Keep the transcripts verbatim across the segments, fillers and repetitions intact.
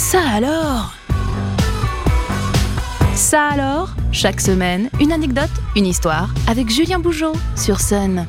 Ça alors Ça alors, chaque semaine, une anecdote, une histoire, avec Julien Bougeaud sur Sun.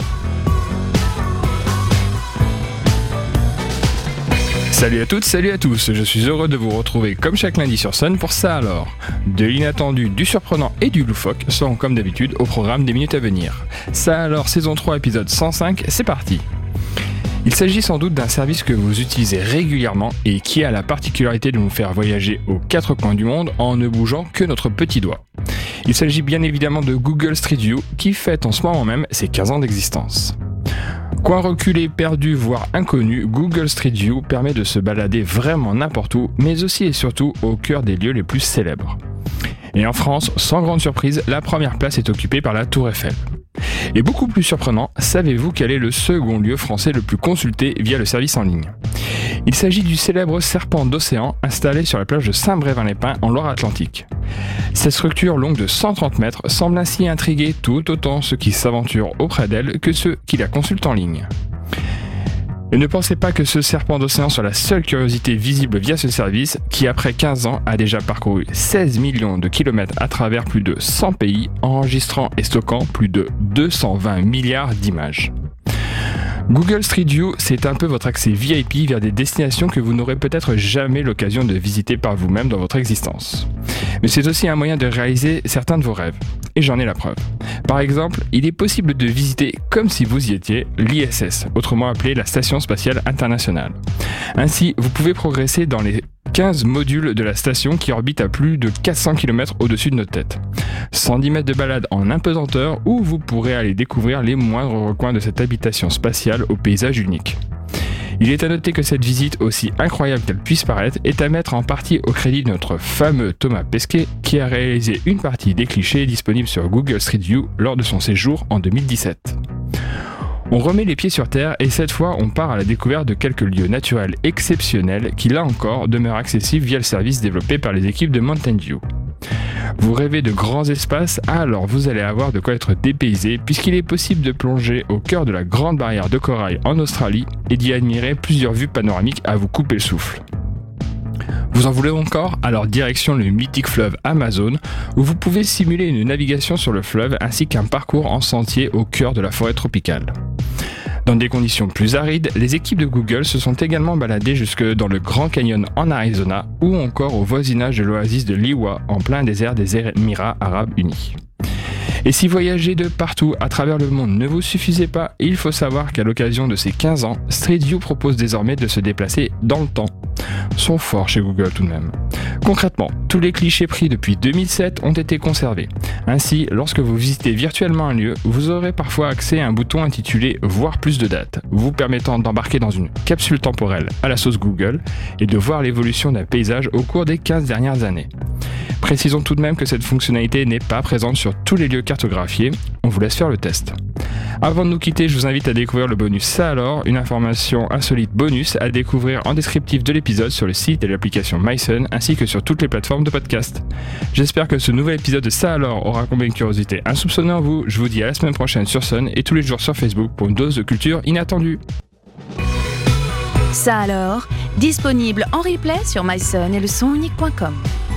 Salut à toutes, salut à tous, je suis heureux de vous retrouver comme chaque lundi sur Sun pour Ça alors. De l'inattendu, du surprenant et du loufoque seront comme d'habitude au programme des minutes à venir. Ça alors, saison trois, épisode cent cinq, c'est parti. Il s'agit sans doute d'un service que vous utilisez régulièrement et qui a la particularité de nous faire voyager aux quatre coins du monde en ne bougeant que notre petit doigt. Il s'agit bien évidemment de Google Street View qui fête en ce moment même ses quinze ans d'existence. Coin reculé, perdu, voire inconnu, Google Street View permet de se balader vraiment n'importe où, mais aussi et surtout au cœur des lieux les plus célèbres. Et en France, sans grande surprise, la première place est occupée par la Tour Eiffel. Et beaucoup plus surprenant, savez-vous quel est le second lieu français le plus consulté via le service en ligne ? Il s'agit du célèbre serpent d'océan installé sur la plage de Saint-Brévin-les-Pins en Loire-Atlantique. Cette structure longue de cent trente mètres semble ainsi intriguer tout autant ceux qui s'aventurent auprès d'elle que ceux qui la consultent en ligne. Et ne pensez pas que ce serpent d'océan soit la seule curiosité visible via ce service qui, après quinze ans, a déjà parcouru seize millions de kilomètres à travers plus de cent pays, enregistrant et stockant plus de deux cent vingt milliards d'images. Google Street View, c'est un peu votre accès V I P vers des destinations que vous n'aurez peut-être jamais l'occasion de visiter par vous-même dans votre existence. Mais c'est aussi un moyen de réaliser certains de vos rêves. Et j'en ai la preuve. Par exemple, il est possible de visiter, comme si vous y étiez, l'I S S, autrement appelée la Station Spatiale Internationale. Ainsi, vous pouvez progresser dans les quinze modules de la station qui orbitent à plus de quatre cents kilomètres au-dessus de notre tête. cent dix mètres de balade en impesanteur où vous pourrez aller découvrir les moindres recoins de cette habitation spatiale au paysage unique. Il est à noter que cette visite, aussi incroyable qu'elle puisse paraître, est à mettre en partie au crédit de notre fameux Thomas Pesquet qui a réalisé une partie des clichés disponibles sur Google Street View lors de son séjour en deux mille dix-sept. On remet les pieds sur terre et cette fois on part à la découverte de quelques lieux naturels exceptionnels qui là encore demeurent accessibles via le service développé par les équipes de Mountain View. Vous rêvez de grands espaces, alors vous allez avoir de quoi être dépaysé puisqu'il est possible de plonger au cœur de la grande barrière de corail en Australie et d'y admirer plusieurs vues panoramiques à vous couper le souffle. Vous en voulez encore ? Alors direction le mythique fleuve Amazon où vous pouvez simuler une navigation sur le fleuve ainsi qu'un parcours en sentier au cœur de la forêt tropicale. Dans des conditions plus arides, les équipes de Google se sont également baladées jusque dans le Grand Canyon en Arizona ou encore au voisinage de l'oasis de Liwa en plein désert des Émirats Arabes Unis. Et si voyager de partout à travers le monde ne vous suffisait pas, il faut savoir qu'à l'occasion de ses quinze ans, Street View propose désormais de se déplacer dans le temps. Sont forts chez Google tout de même. Concrètement, tous les clichés pris depuis deux mille sept ont été conservés. Ainsi, lorsque vous visitez virtuellement un lieu, vous aurez parfois accès à un bouton intitulé « Voir plus de dates », vous permettant d'embarquer dans une capsule temporelle à la sauce Google et de voir l'évolution d'un paysage au cours des quinze dernières années. Précisons tout de même que cette fonctionnalité n'est pas présente sur tous les lieux cartographiés, on vous laisse faire le test. Avant de nous quitter, je vous invite à découvrir le bonus Ça alors, une information insolite bonus à découvrir en descriptif de l'épisode sur le site et l'application MySun ainsi que sur toutes les plateformes de podcast. J'espère que ce nouvel épisode de Ça alors aura comblé une curiosité insoupçonnée en vous. Je vous dis à la semaine prochaine sur Sun et tous les jours sur Facebook pour une dose de culture inattendue. Ça alors, disponible en replay sur mysun et le son unique point com.